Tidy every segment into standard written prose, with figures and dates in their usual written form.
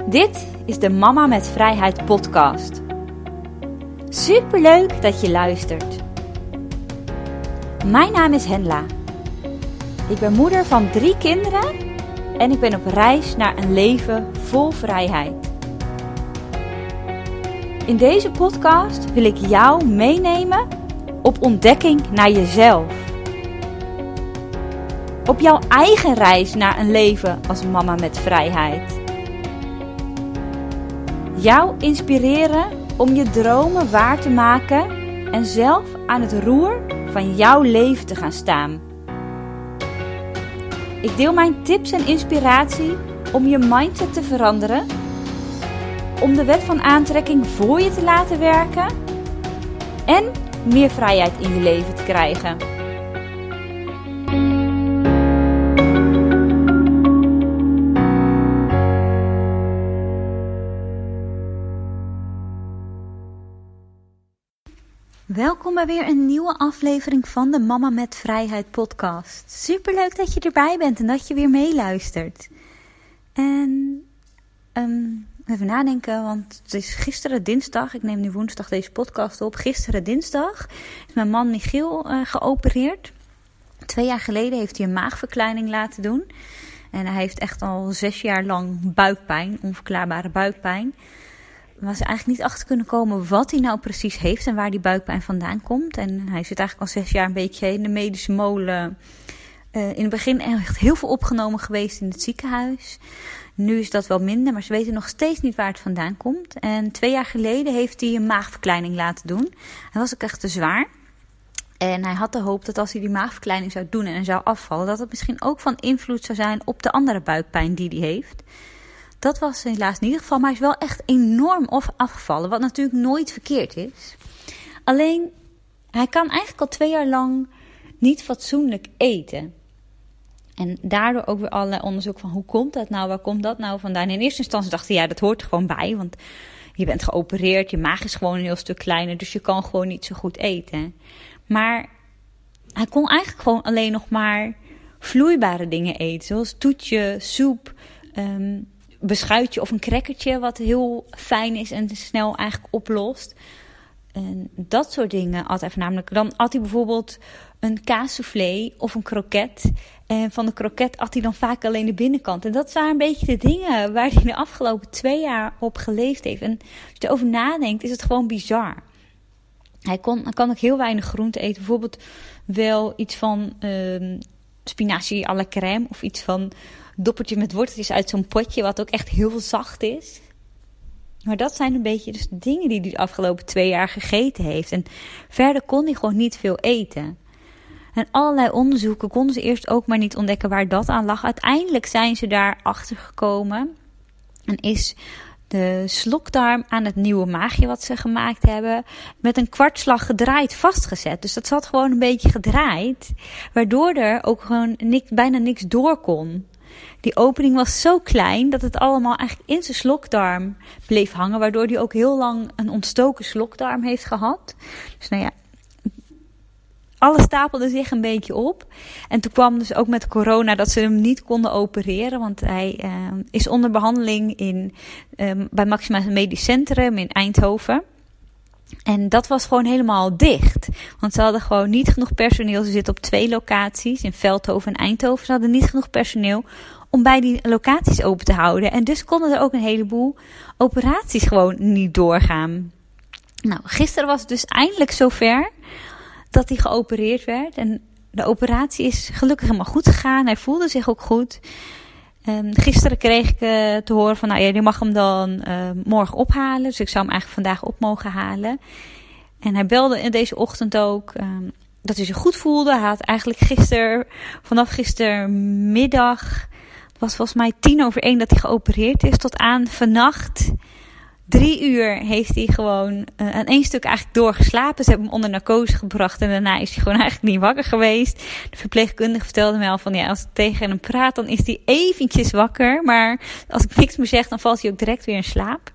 Dit is de Mama met Vrijheid podcast. Superleuk dat je luistert. Mijn naam is Henla. Ik ben moeder van 3 kinderen en ik ben op reis naar een leven vol vrijheid. In deze podcast wil ik jou meenemen op ontdekking naar jezelf. Op jouw eigen reis naar een leven als mama met vrijheid. Jou inspireren om je dromen waar te maken en zelf aan het roer van jouw leven te gaan staan. Ik deel mijn tips en inspiratie om je mindset te veranderen, om de wet van aantrekking voor je te laten werken en meer vrijheid in je leven te krijgen. Welkom bij weer een nieuwe aflevering van de Mama met Vrijheid podcast. Superleuk dat je erbij bent en dat je weer meeluistert. En even nadenken, want het is gisteren dinsdag. Ik neem nu woensdag deze podcast op. Gisteren dinsdag is mijn man Michiel geopereerd. 2 jaar geleden heeft hij een maagverkleining laten doen. En hij heeft echt al 6 jaar lang buikpijn, onverklaarbare buikpijn. Was er eigenlijk niet achter kunnen komen wat hij nou precies heeft en waar die buikpijn vandaan komt. En hij zit eigenlijk al 6 jaar een beetje in de medische molen. In het begin echt heel veel opgenomen geweest in het ziekenhuis. Nu is dat wel minder, maar ze weten nog steeds niet waar het vandaan komt. En 2 jaar geleden heeft hij een maagverkleining laten doen. Hij was ook echt te zwaar. En hij had de hoop dat als hij die maagverkleining zou doen en zou afvallen, dat het misschien ook van invloed zou zijn op de andere buikpijn die hij heeft. Dat was helaas in ieder geval, maar hij is wel echt enorm afgevallen, wat natuurlijk nooit verkeerd is. Alleen, hij kan eigenlijk al 2 jaar lang niet fatsoenlijk eten. En daardoor ook weer allerlei onderzoek van hoe komt dat nou, waar komt dat nou vandaan? In eerste instantie dacht hij, ja, dat hoort er gewoon bij, want je bent geopereerd, je maag is gewoon een heel stuk kleiner, dus je kan gewoon niet zo goed eten. Maar hij kon eigenlijk gewoon alleen nog maar vloeibare dingen eten, zoals toetje, soep, beschuitje of een crackertje wat heel fijn is en snel eigenlijk oplost. En dat soort dingen at hij voornamelijk. Dan at hij bijvoorbeeld een kaassoufflé of een kroket. En van de kroket at hij dan vaak alleen de binnenkant. En dat waren een beetje de dingen waar hij de afgelopen 2 jaar op geleefd heeft. En als je erover nadenkt, is het gewoon bizar. Hij kan ook heel weinig groente eten. Bijvoorbeeld wel iets van spinazie à la crème of iets van doppertje met worteltjes uit zo'n potje, wat ook echt heel zacht is. Maar dat zijn een beetje dus dingen die hij de afgelopen 2 jaar gegeten heeft. En verder kon hij gewoon niet veel eten. En allerlei onderzoeken konden ze eerst ook maar niet ontdekken waar dat aan lag. Uiteindelijk zijn ze daar achter gekomen. En is de slokdarm aan het nieuwe maagje wat ze gemaakt hebben met een kwartslag gedraaid vastgezet. Dus dat zat gewoon een beetje gedraaid. Waardoor er ook gewoon bijna niks door kon. Die opening was zo klein dat het allemaal eigenlijk in zijn slokdarm bleef hangen. Waardoor hij ook heel lang een ontstoken slokdarm heeft gehad. Dus nou ja, alles stapelde zich een beetje op. En toen kwam dus ook met corona dat ze hem niet konden opereren. Want hij is onder behandeling bij Maxima Medisch Centrum in Eindhoven. En dat was gewoon helemaal dicht. Want ze hadden gewoon niet genoeg personeel. Ze zitten op 2 locaties, in Veldhoven en Eindhoven. Ze hadden niet genoeg personeel om bij die locaties open te houden. En dus konden er ook een heleboel operaties gewoon niet doorgaan. Nou, gisteren was het dus eindelijk zover dat hij geopereerd werd. En de operatie is gelukkig helemaal goed gegaan. Hij voelde zich ook goed. Gisteren kreeg ik te horen van, nou ja, je mag hem dan morgen ophalen. Dus ik zou hem eigenlijk vandaag op mogen halen. En hij belde in deze ochtend ook dat hij zich goed voelde. Hij had eigenlijk vanaf gistermiddag, het was volgens mij 1:10 dat hij geopereerd is, tot aan vannacht 3 uur heeft hij gewoon aan 1 stuk eigenlijk doorgeslapen. Ze hebben hem onder narcose gebracht en daarna is hij gewoon eigenlijk niet wakker geweest. De verpleegkundige vertelde mij al van, ja, als ik tegen hem praat, dan is hij eventjes wakker. Maar als ik niks meer zeg, dan valt hij ook direct weer in slaap.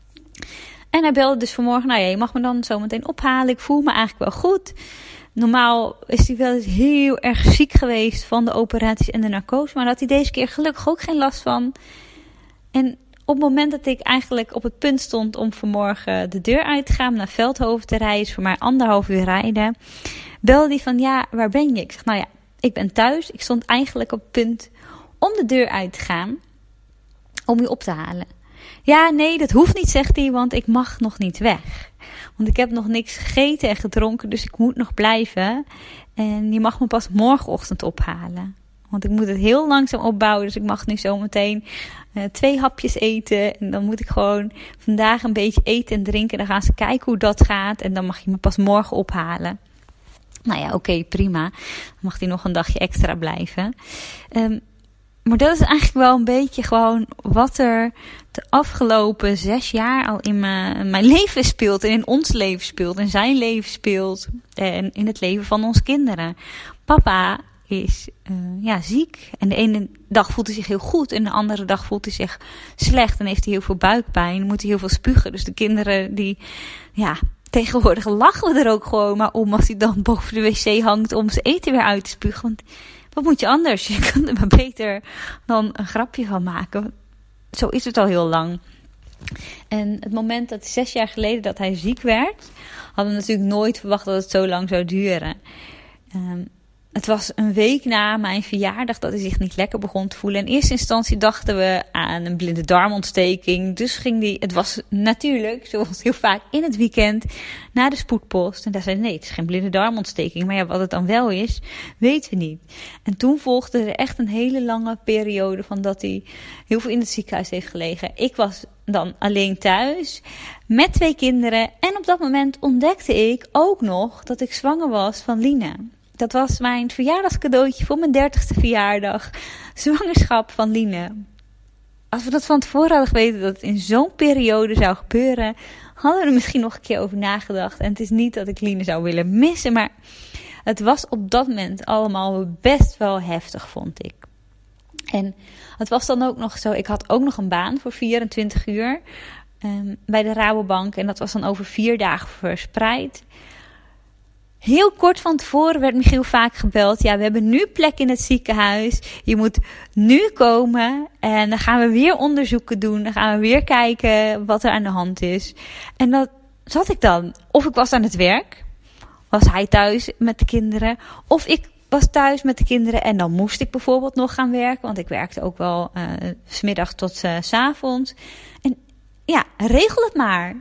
En hij belde dus vanmorgen, nou ja, je mag me dan zo meteen ophalen. Ik voel me eigenlijk wel goed. Normaal is hij wel eens heel erg ziek geweest van de operaties en de narcose. Maar daar had hij deze keer gelukkig ook geen last van. En op het moment dat ik eigenlijk op het punt stond om vanmorgen de deur uit te gaan, naar Veldhoven te rijden, is voor mij 1,5 uur rijden, belde hij van, ja, waar ben je? Ik zeg, nou ja, ik ben thuis. Ik stond eigenlijk op het punt om de deur uit te gaan, om je op te halen. Ja, nee, dat hoeft niet, zegt hij, want ik mag nog niet weg. Want ik heb nog niks gegeten en gedronken, dus ik moet nog blijven. En je mag me pas morgenochtend ophalen. Want ik moet het heel langzaam opbouwen, dus ik mag nu zometeen 2 hapjes eten. En dan moet ik gewoon vandaag een beetje eten en drinken. Dan gaan ze kijken hoe dat gaat en dan mag je me pas morgen ophalen. Nou ja, oké, prima. Dan mag hij nog een dagje extra blijven. Maar dat is eigenlijk wel een beetje gewoon wat er de afgelopen 6 jaar al in mijn leven speelt. En in ons leven speelt. In zijn leven speelt. En in het leven van onze kinderen. Papa is ziek. En de ene dag voelt hij zich heel goed. En de andere dag voelt hij zich slecht. En heeft hij heel veel buikpijn. Moet hij heel veel spugen. Dus de kinderen die... tegenwoordig lachen we er ook gewoon maar om als hij dan boven de wc hangt om zijn eten weer uit te spugen. Want wat moet je anders? Je kan er maar beter dan een grapje van maken. Zo is het al heel lang. En het moment dat 6 jaar geleden dat hij ziek werd, hadden we natuurlijk nooit verwacht dat het zo lang zou duren. Het was een week na mijn verjaardag dat hij zich niet lekker begon te voelen. In eerste instantie dachten we aan een blinde darmontsteking. Dus ging hij, het was natuurlijk, zoals heel vaak in het weekend, naar de spoedpost. En daar zei hij, nee, het is geen blinde darmontsteking. Maar ja, wat het dan wel is, weten we niet. En toen volgde er echt een hele lange periode van dat hij heel veel in het ziekenhuis heeft gelegen. Ik was dan alleen thuis met 2 kinderen. En op dat moment ontdekte ik ook nog dat ik zwanger was van Line. Dat was mijn verjaardagscadeautje voor mijn 30ste verjaardag. Zwangerschap van Line. Als we dat van tevoren hadden geweten dat het in zo'n periode zou gebeuren, hadden we er misschien nog een keer over nagedacht. En het is niet dat ik Line zou willen missen, maar het was op dat moment allemaal best wel heftig, vond ik. En het was dan ook nog zo, ik had ook nog een baan voor 24 uur bij de Rabobank. En dat was dan over 4 dagen verspreid. Heel kort van tevoren werd Michiel vaak gebeld. Ja, we hebben nu plek in het ziekenhuis. Je moet nu komen. En dan gaan we weer onderzoeken doen. Dan gaan we weer kijken wat er aan de hand is. En dat zat ik dan. Of ik was aan het werk. Was hij thuis met de kinderen. Of ik was thuis met de kinderen. En dan moest ik bijvoorbeeld nog gaan werken. Want ik werkte ook wel 's middags tot 's avonds. En ja, regel het maar.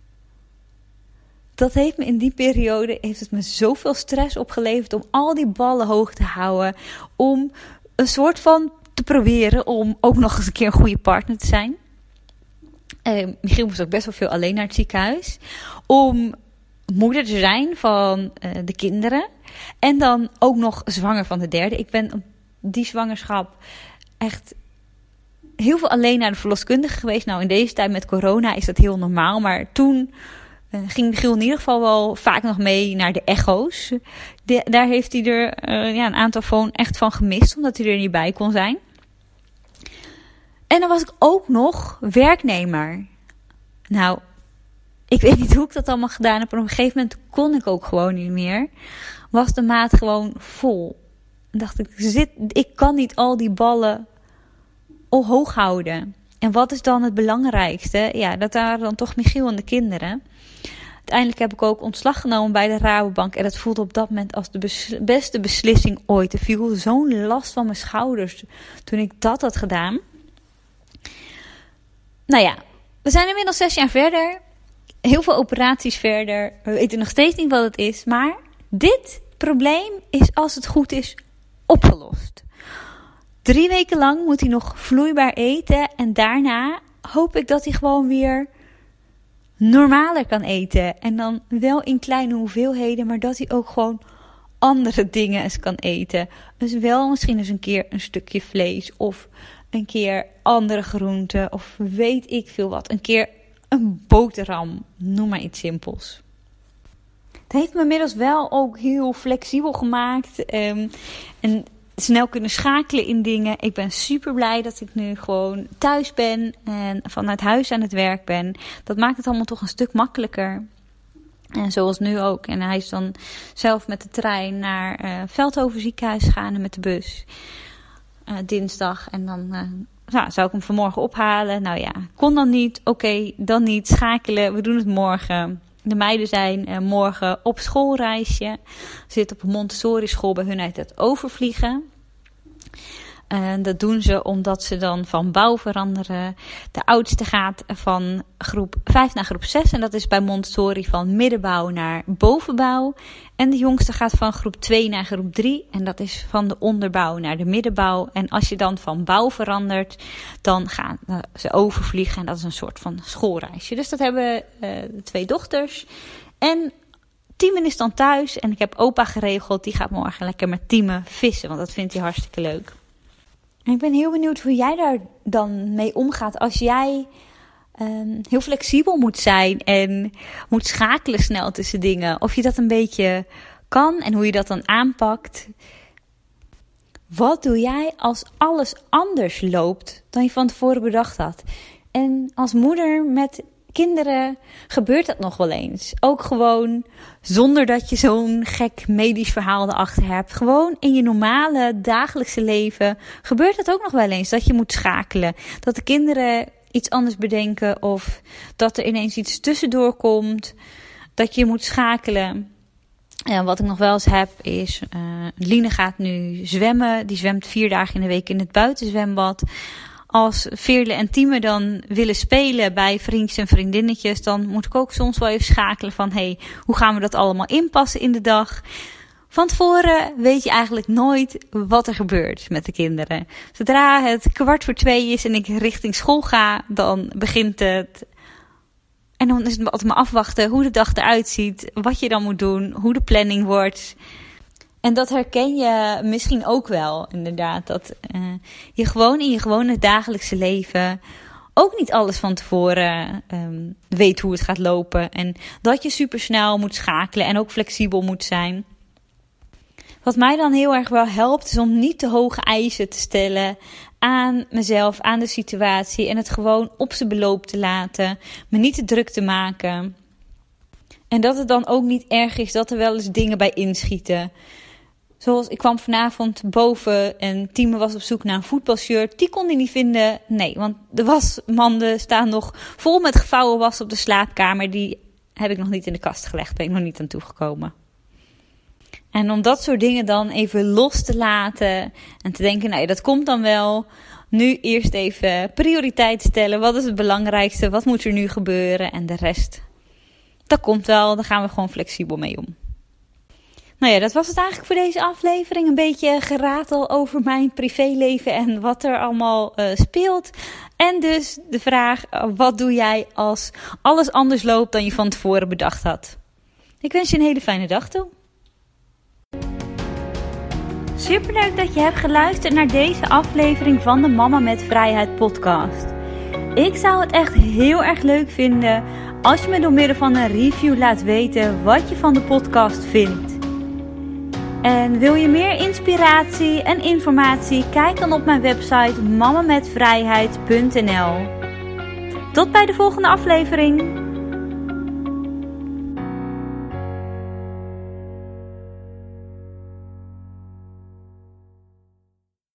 Dat heeft me in die periode zoveel stress opgeleverd om al die ballen hoog te houden. Om een soort van te proberen om ook nog eens een keer een goede partner te zijn. Michiel moest ook best wel veel alleen naar het ziekenhuis. Om moeder te zijn van de kinderen. En dan ook nog zwanger van de derde. Ik ben op die zwangerschap echt heel veel alleen naar de verloskundige geweest. Nou, in deze tijd met corona is dat heel normaal. Maar toen ging Michiel in ieder geval wel vaak nog mee naar de echo's. Daar heeft hij er een aantal echt van gemist, omdat hij er niet bij kon zijn. En dan was ik ook nog werknemer. Nou, ik weet niet hoe ik dat allemaal gedaan heb, maar op een gegeven moment kon ik ook gewoon niet meer. Was de maat gewoon vol. En dacht ik kan niet al die ballen hoog houden. En wat is dan het belangrijkste? Ja, dat waren dan toch Michiel en de kinderen. Uiteindelijk heb ik ook ontslag genomen bij de Rabobank. En dat voelde op dat moment als de beste beslissing ooit. Er viel zo'n last van mijn schouders toen ik dat had gedaan. Nou ja, we zijn inmiddels 6 jaar verder. Heel veel operaties verder. We weten nog steeds niet wat het is. Maar dit probleem is, als het goed is, opgelost. 3 weken lang moet hij nog vloeibaar eten. En daarna hoop ik dat hij gewoon weer normaler kan eten. En dan wel in kleine hoeveelheden, maar dat hij ook gewoon andere dingen eens kan eten. Dus wel misschien eens een keer een stukje vlees of een keer andere groenten of weet ik veel wat. Een keer een boterham, noem maar iets simpels. Het heeft me inmiddels wel ook heel flexibel gemaakt en snel kunnen schakelen in dingen. Ik ben super blij dat ik nu gewoon thuis ben en vanuit huis aan het werk ben. Dat maakt het allemaal toch een stuk makkelijker. En zoals nu ook. En hij is dan zelf met de trein naar Veldhoven ziekenhuis gegaan en met de bus. Dinsdag. En dan Nou, zou ik hem vanmorgen ophalen? Nou ja, kon dan niet. Oké, dan niet. Schakelen, we doen het morgen. De meiden zijn morgen op schoolreisje. Zitten op een Montessori school, bij hun heet het overvliegen. En dat doen ze omdat ze dan van bouw veranderen. De oudste gaat van groep 5 naar groep 6. En dat is bij Montessori van middenbouw naar bovenbouw. En de jongste gaat van groep 2 naar groep 3. En dat is van de onderbouw naar de middenbouw. En als je dan van bouw verandert, dan gaan ze overvliegen. En dat is een soort van schoolreisje. Dus dat hebben de 2 dochters. En Tiemen is dan thuis. En ik heb opa geregeld. Die gaat morgen lekker met Tiemen vissen. Want dat vindt hij hartstikke leuk. Ik ben heel benieuwd hoe jij daar dan mee omgaat als jij heel flexibel moet zijn en moet schakelen snel tussen dingen. Of je dat een beetje kan en hoe je dat dan aanpakt. Wat doe jij als alles anders loopt dan je van tevoren bedacht had? En als moeder met kinderen gebeurt dat nog wel eens. Ook gewoon zonder dat je zo'n gek medisch verhaal erachter hebt. Gewoon in je normale dagelijkse leven gebeurt dat ook nog wel eens. Dat je moet schakelen. Dat de kinderen iets anders bedenken. Of dat er ineens iets tussendoor komt. Dat je moet schakelen. En wat ik nog wel eens heb is, Line gaat nu zwemmen. Die zwemt 4 dagen in de week in het buitenzwembad. Als Veerle en Tiemen dan willen spelen bij vriendjes en vriendinnetjes, dan moet ik ook soms wel even schakelen van, hoe gaan we dat allemaal inpassen in de dag? Van tevoren weet je eigenlijk nooit wat er gebeurt met de kinderen. Zodra het 1:15 is en ik richting school ga, dan begint het. En dan is het altijd maar afwachten hoe de dag eruit ziet, wat je dan moet doen, hoe de planning wordt. En dat herken je misschien ook wel, inderdaad. Dat je gewoon in je gewone dagelijkse leven ook niet alles van tevoren weet hoe het gaat lopen. En dat je supersnel moet schakelen en ook flexibel moet zijn. Wat mij dan heel erg wel helpt, is om niet te hoge eisen te stellen aan mezelf, aan de situatie. En het gewoon op zijn beloop te laten. Me niet te druk te maken. En dat het dan ook niet erg is dat er wel eens dingen bij inschieten. Zoals, ik kwam vanavond boven en Tiemen was op zoek naar een voetbalshirt. Die kon hij niet vinden. Nee, want de wasmanden staan nog vol met gevouwen was op de slaapkamer. Die heb ik nog niet in de kast gelegd. Ben ik nog niet aan toegekomen. En om dat soort dingen dan even los te laten. En te denken, dat komt dan wel. Nu eerst even prioriteit stellen. Wat is het belangrijkste? Wat moet er nu gebeuren? En de rest, dat komt wel. Daar gaan we gewoon flexibel mee om. Nou ja, dat was het eigenlijk voor deze aflevering. Een beetje geratel over mijn privéleven en wat er allemaal speelt. En dus de vraag, wat doe jij als alles anders loopt dan je van tevoren bedacht had? Ik wens je een hele fijne dag toe. Superleuk dat je hebt geluisterd naar deze aflevering van de Mama met Vrijheid podcast. Ik zou het echt heel erg leuk vinden als je me door middel van een review laat weten wat je van de podcast vindt. En wil je meer inspiratie en informatie? Kijk dan op mijn website mamametvrijheid.nl. Tot bij de volgende aflevering.